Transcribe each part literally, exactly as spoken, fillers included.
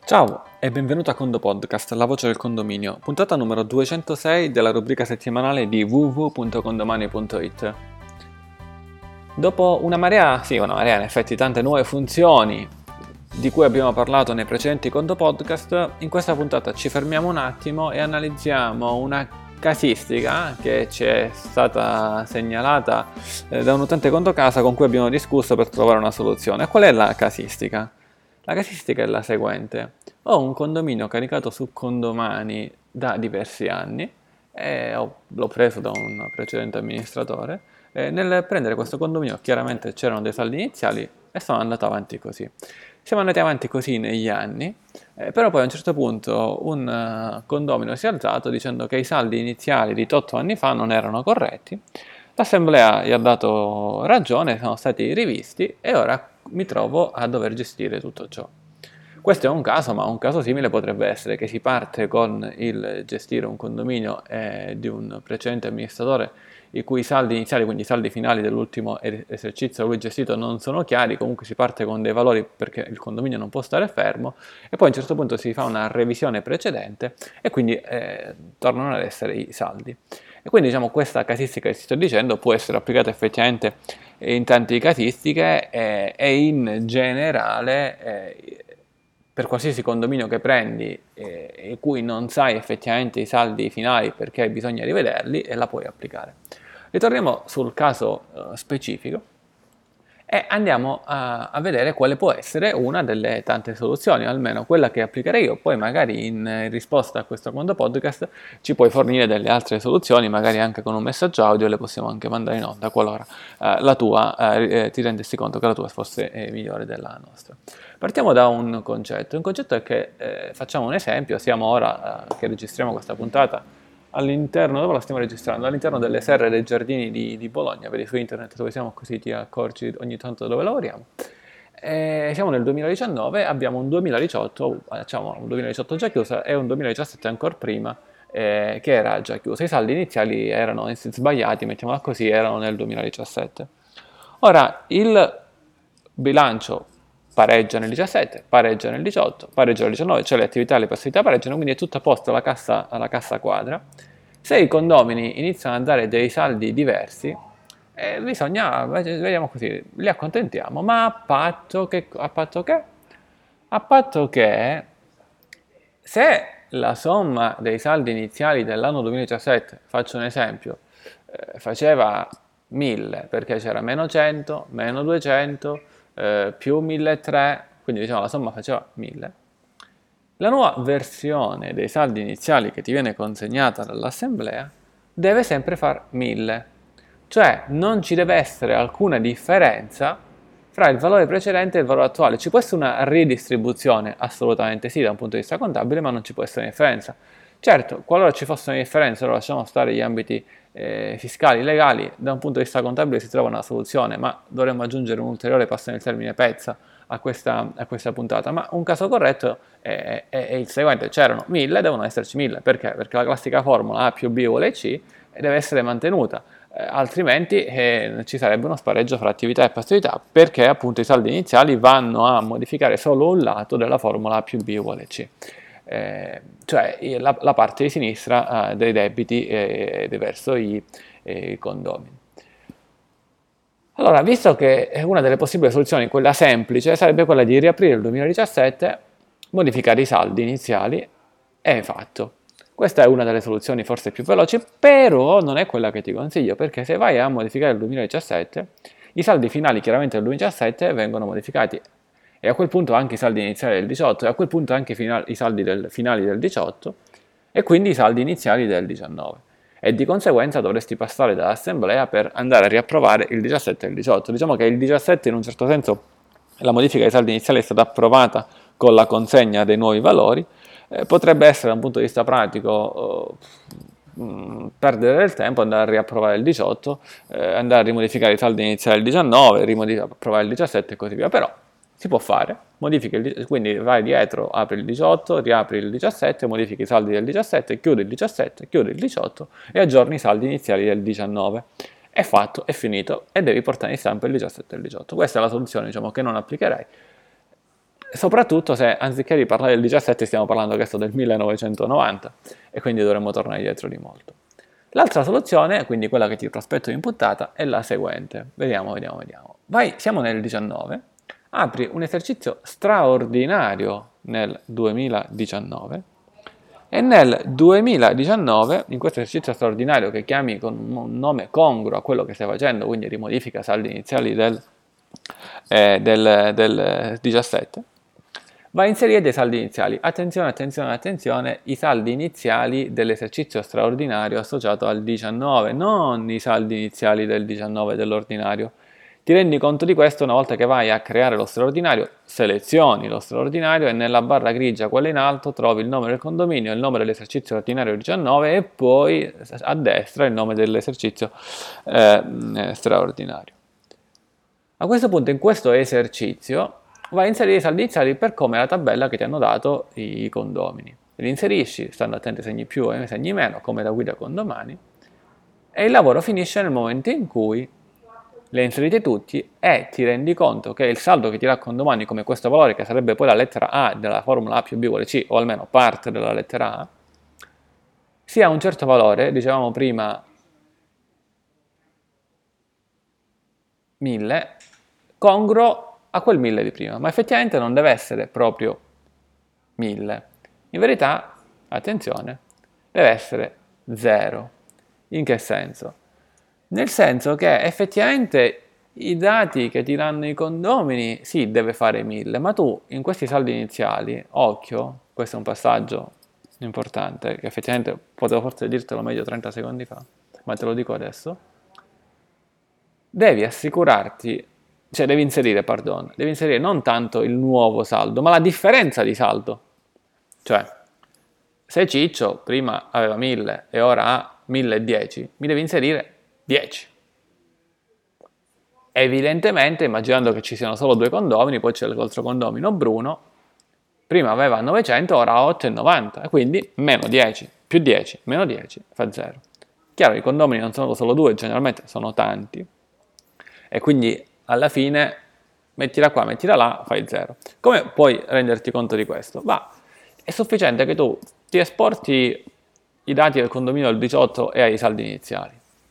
Ciao e benvenuto a Condo Podcast, la voce del condominio, puntata numero duecentosei della rubrica settimanale di w w w punto condomani punto i t. Dopo una marea, sì una marea in effetti tante nuove funzioni di cui abbiamo parlato nei precedenti Condo Podcast, in questa puntata ci fermiamo un attimo e analizziamo una casistica che ci è stata segnalata eh, da un utente Condo Casa con cui abbiamo discusso per trovare una soluzione. Qual è la casistica? La casistica è la seguente: ho un condominio caricato su Condomani da diversi anni e ho, l'ho preso da un precedente amministratore. E nel prendere questo condominio chiaramente c'erano dei saldi iniziali e sono andato avanti così. Siamo andati avanti così negli anni, eh, però poi a un certo punto un uh, condomino si è alzato dicendo che i saldi iniziali di otto anni fa non erano corretti. L'assemblea gli ha dato ragione, sono stati rivisti e ora mi trovo a dover gestire tutto ciò. Questo è un caso, ma un caso simile potrebbe essere che si parte con il gestire un condominio eh, di un precedente amministratore i cui saldi iniziali, quindi i saldi finali dell'ultimo esercizio da lui gestito non sono chiari, comunque si parte con dei valori perché il condominio non può stare fermo e poi a un certo punto si fa una revisione precedente e quindi eh, tornano ad essere i saldi. E quindi diciamo questa casistica che ti sto dicendo può essere applicata effettivamente in tante casistiche eh, e in generale eh, per qualsiasi condominio che prendi eh, e cui non sai effettivamente i saldi finali perché bisogna rivederli e la puoi applicare. Ritorniamo sul caso uh, specifico e andiamo a, a vedere quale può essere una delle tante soluzioni, almeno quella che applicherei io. Poi magari in risposta a questo Condo Podcast ci puoi fornire delle altre soluzioni, magari anche con un messaggio audio, le possiamo anche mandare in onda qualora uh, la tua uh, ti rendessi conto che la tua fosse eh, migliore della nostra. Partiamo da un concetto. Un concetto è che eh, facciamo un esempio, siamo ora eh, che registriamo questa puntata all'interno, dove la stiamo registrando? All'interno delle serre dei giardini di, di Bologna, vedi su internet dove siamo così ti accorgi ogni tanto dove lavoriamo. E siamo nel duemiladiciannove, abbiamo un duemiladiciotto, diciamo un duemiladiciotto già chiuso e un duemiladiciassette ancora prima eh, che era già chiuso. I saldi iniziali erano sbagliati, mettiamola così, erano nel duemiladiciassette. Ora il bilancio pareggia nel diciassette, pareggia nel diciotto, pareggia nel diciannove, cioè le attività e le passività pareggiano, quindi è tutto a posto alla cassa, alla cassa quadra. Se i condomini iniziano a dare dei saldi diversi, eh, bisogna, vediamo così, li accontentiamo, ma a patto che, a patto che, a patto che se la somma dei saldi iniziali dell'anno duemiladiciassette, faccio un esempio, eh, faceva mille perché c'era meno cento, meno duecento, eh, più milletrecento, quindi diciamo la somma faceva mille. La nuova versione dei saldi iniziali che ti viene consegnata dall'assemblea deve sempre far mille, cioè non ci deve essere alcuna differenza fra il valore precedente e il valore attuale. Ci può essere una ridistribuzione, assolutamente sì, da un punto di vista contabile, ma non ci può essere una differenza. Certo, qualora ci fosse una differenza, allora lasciamo stare gli ambiti eh, fiscali, legali, da un punto di vista contabile si trova una soluzione, ma dovremmo aggiungere un ulteriore, passo nel termine, pezza a questa, a questa puntata. Ma un caso corretto è, è, è il seguente: c'erano mille, devono esserci mille, perché? Perché la classica formula A più B uguale C deve essere mantenuta, eh, altrimenti eh, ci sarebbe uno spareggio fra attività e passività, perché appunto i saldi iniziali vanno a modificare solo un lato della formula A più B uguale C. Eh, cioè la, la parte di sinistra eh, dei debiti eh, verso i, eh, i condomini. Allora, visto che una delle possibili soluzioni, quella semplice, sarebbe quella di riaprire il duemiladiciassette, modificare i saldi iniziali e fatto. Questa è una delle soluzioni forse più veloci, però non è quella che ti consiglio, perché se vai a modificare il duemiladiciassette, i saldi finali chiaramente del duemiladiciassette vengono modificati e a quel punto anche i saldi iniziali del diciotto e a quel punto anche i saldi del, finali del diciotto e quindi i saldi iniziali del diciannove e di conseguenza dovresti passare dall'assemblea per andare a riapprovare il diciassette e il diciotto. Diciamo che il diciassette in un certo senso la modifica dei saldi iniziali è stata approvata con la consegna dei nuovi valori, eh, potrebbe essere da un punto di vista pratico eh, mh, perdere del tempo, andare a riapprovare il diciotto, eh, andare a rimodificare i saldi iniziali del diciannove, riapprovare il diciassette e così via, però si può fare, modifica il, quindi vai dietro, apri il diciotto, riapri il diciassette, modifichi i saldi del diciassette, chiudi il diciassette, chiudi il diciotto e aggiorni i saldi iniziali del diciannove. È fatto, è finito e devi portare in stampa il diciassette e il diciotto. Questa è la soluzione, diciamo, che non applicherei. soprattutto se anziché di parlare del diciassette stiamo parlando adesso del millenovecentonovanta e quindi dovremmo tornare dietro di molto. L'altra soluzione, quindi quella che ti prospetto in puntata, è la seguente. Vediamo, vediamo, vediamo. Vai, siamo nel diciannove, apri un esercizio straordinario nel duemiladiciannove e nel duemiladiciannove, in questo esercizio straordinario che chiami con un nome congruo a quello che stai facendo, quindi rimodifica saldi iniziali del, eh, del, del diciassette, va a inserire dei saldi iniziali. Attenzione, attenzione, attenzione, i saldi iniziali dell'esercizio straordinario associato al diciannove, non i saldi iniziali del diciannove dell'ordinario. Ti rendi conto di questo una volta che vai a creare lo straordinario, selezioni lo straordinario e nella barra grigia, quella in alto, trovi il nome del condominio, il nome dell'esercizio ordinario diciannove e poi a destra il nome dell'esercizio eh, straordinario. A questo punto in questo esercizio vai a inserire i saldi iniziali per come la tabella che ti hanno dato i condomini. Li inserisci, stando attenti ai segni più e ai segni meno, come da guida condomani, e il lavoro finisce nel momento in cui li hai inseriti tutti e ti rendi conto che il saldo che ti dà condomani, come questo valore, che sarebbe poi la lettera A della formula A più B uguale C, o almeno parte della lettera A, sia un certo valore, dicevamo prima mille, congruo a quel mille di prima, ma effettivamente non deve essere proprio mille. In verità, attenzione, deve essere zero. In che senso? Nel senso che effettivamente i dati che ti danno i condomini, sì, deve fare mille, ma tu in questi saldi iniziali, occhio, questo è un passaggio importante, che effettivamente potevo forse dirtelo meglio trenta secondi fa, ma te lo dico adesso, devi assicurarti, cioè devi inserire, pardon, devi inserire non tanto il nuovo saldo, ma la differenza di saldo. Cioè, se Ciccio prima aveva mille e ora ha mille e dieci, mi devi inserire dieci. Evidentemente, immaginando che ci siano solo due condomini, poi c'è l'altro condomino Bruno, prima aveva novecento, ora ha otto e novanta, e quindi meno dieci, più dieci, meno dieci, fa zero. Chiaro, i condomini non sono solo due, generalmente sono tanti, e quindi alla fine mettila qua, mettila là, fai zero. Come puoi renderti conto di questo? Va, è sufficiente che tu ti esporti i dati del condominio del diciotto e hai i saldi iniziali.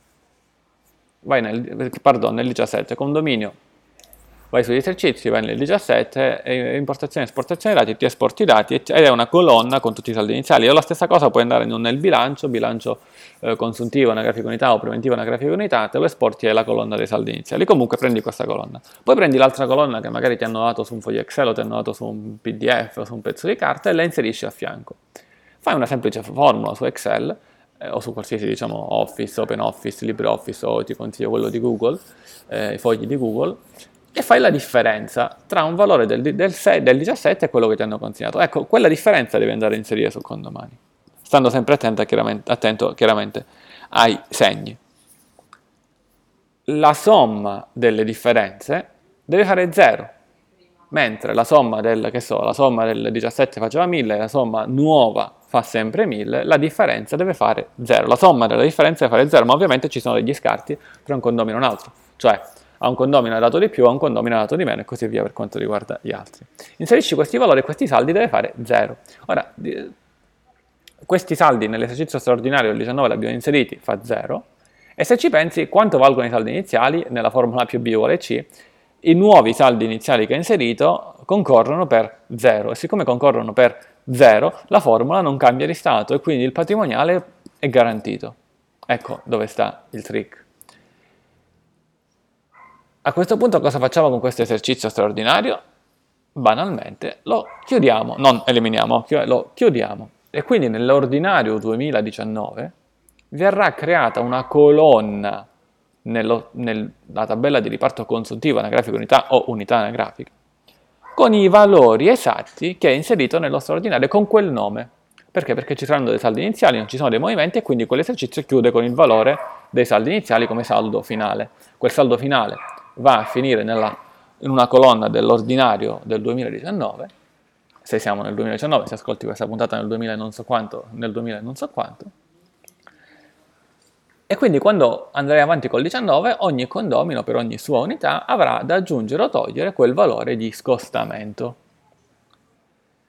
Vai nel, pardon, nel diciassette, condominio, vai sugli esercizi, vai nel diciassette, e importazione e esportazione dei dati, ti esporti i dati ed è una colonna con tutti i saldi iniziali. E la stessa cosa puoi andare non nel bilancio, bilancio eh, consuntivo, una grafica unità o preventivo, una grafica unità, te lo esporti e la colonna dei saldi iniziali. Comunque prendi questa colonna. Poi prendi l'altra colonna che magari ti hanno dato su un foglio Excel o ti hanno dato su un P D F o su un pezzo di carta e la inserisci a fianco. Fai una semplice formula su Excel eh, o su qualsiasi, diciamo, Office, OpenOffice, LibreOffice o ti consiglio quello di Google, eh, i fogli di Google, e fai la differenza tra un valore del, del, sei, del diciassette e quello che ti hanno consegnato. Ecco, quella differenza devi andare a inserire sul condomani, stando sempre attento chiaramente, attento chiaramente ai segni. La somma delle differenze deve fare zero, mentre la somma del, che so, la somma del diciassette faceva mille, la somma nuova fa sempre mille, la differenza deve fare zero. La somma della differenza deve fare zero, ma ovviamente ci sono degli scarti tra un condomino e un altro, cioè a un condomino è dato di più, a un condomino è dato di meno e così via per quanto riguarda gli altri. Inserisci questi valori e questi saldi deve fare zero. Ora, questi saldi nell'esercizio straordinario del diciannove li abbiamo inseriti, fa zero, e se ci pensi quanto valgono i saldi iniziali nella formula A più B uguale C, i nuovi saldi iniziali che hai inserito concorrono per zero, e siccome concorrono per zero, la formula non cambia di stato e quindi il patrimoniale è garantito. Ecco dove sta il trick. A questo punto cosa facciamo con questo esercizio straordinario? Banalmente lo chiudiamo, non eliminiamo, lo chiudiamo. E quindi nell'ordinario duemiladiciannove verrà creata una colonna nello, nella tabella di riparto consuntivo anagrafica unità o unità anagrafica con i valori esatti che è inserito nello straordinario con quel nome. Perché? Perché ci saranno dei saldi iniziali, non ci sono dei movimenti e quindi quell'esercizio chiude con il valore dei saldi iniziali come saldo finale. Quel saldo finale va a finire nella, in una colonna dell'ordinario del duemiladiciannove, se siamo nel duemiladiciannove, se ascolti questa puntata nel duemila non so quanto, nel duemila non so quanto, e quindi quando andrai avanti col diciannove, ogni condomino per ogni sua unità avrà da aggiungere o togliere quel valore di scostamento.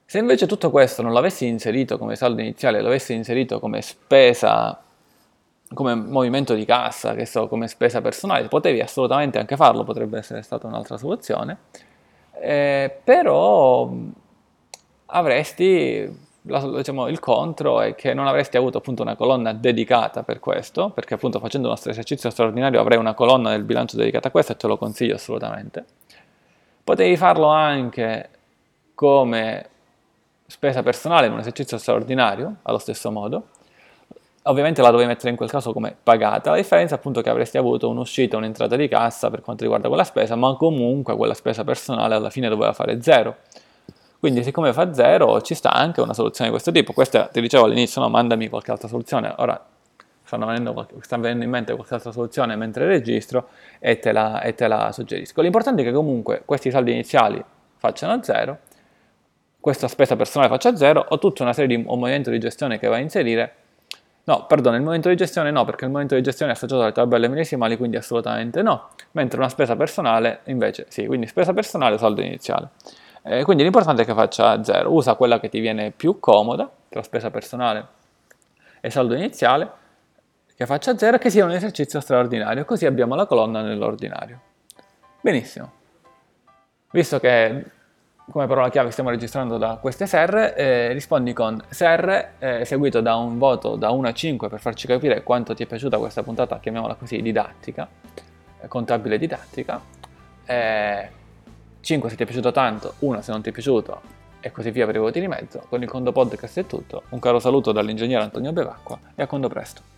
Se invece tutto questo non l'avessi inserito come saldo iniziale, l'avessi inserito come spesa, come movimento di cassa, che so, come spesa personale, potevi assolutamente anche farlo, potrebbe essere stata un'altra soluzione, eh, però avresti, la- diciamo, il contro è che non avresti avuto appunto una colonna dedicata per questo, perché appunto facendo il nostro esercizio straordinario avrei una colonna del bilancio dedicata a questo e te lo consiglio assolutamente. Potevi farlo anche come spesa personale in un esercizio straordinario, allo stesso modo. Ovviamente la dovevi mettere in quel caso come pagata, la differenza appunto è che avresti avuto un'uscita, un'entrata di cassa per quanto riguarda quella spesa, ma comunque quella spesa personale alla fine doveva fare zero. Quindi siccome fa zero ci sta anche una soluzione di questo tipo. Questa ti dicevo all'inizio, no, mandami qualche altra soluzione, ora stanno venendo, sta venendo in mente qualche altra soluzione mentre registro e te la, e te la suggerisco. L'importante è che comunque questi saldi iniziali facciano zero, questa spesa personale faccia zero, o tutta una serie di un movimento di gestione che va a inserire. No, perdono, il momento di gestione no, perché il momento di gestione è associato alle tabelle millesimali, quindi assolutamente no, mentre una spesa personale invece sì, quindi spesa personale, saldo iniziale. Eh, quindi l'importante è che faccia zero, usa quella che ti viene più comoda, tra spesa personale e saldo iniziale, che faccia zero e che sia un esercizio straordinario, così abbiamo la colonna nell'ordinario. Benissimo. Visto che come parola chiave stiamo registrando da queste serre, eh, rispondi con serre eh, seguito da un voto da uno a cinque per farci capire quanto ti è piaciuta questa puntata, chiamiamola così, didattica, eh, contabile didattica. Eh, cinque se ti è piaciuto tanto, uno se non ti è piaciuto e così via per i voti di mezzo. Con il Condo Podcast è tutto. Un caro saluto dall'ingegnere Antonio Bevacqua e a Condo presto.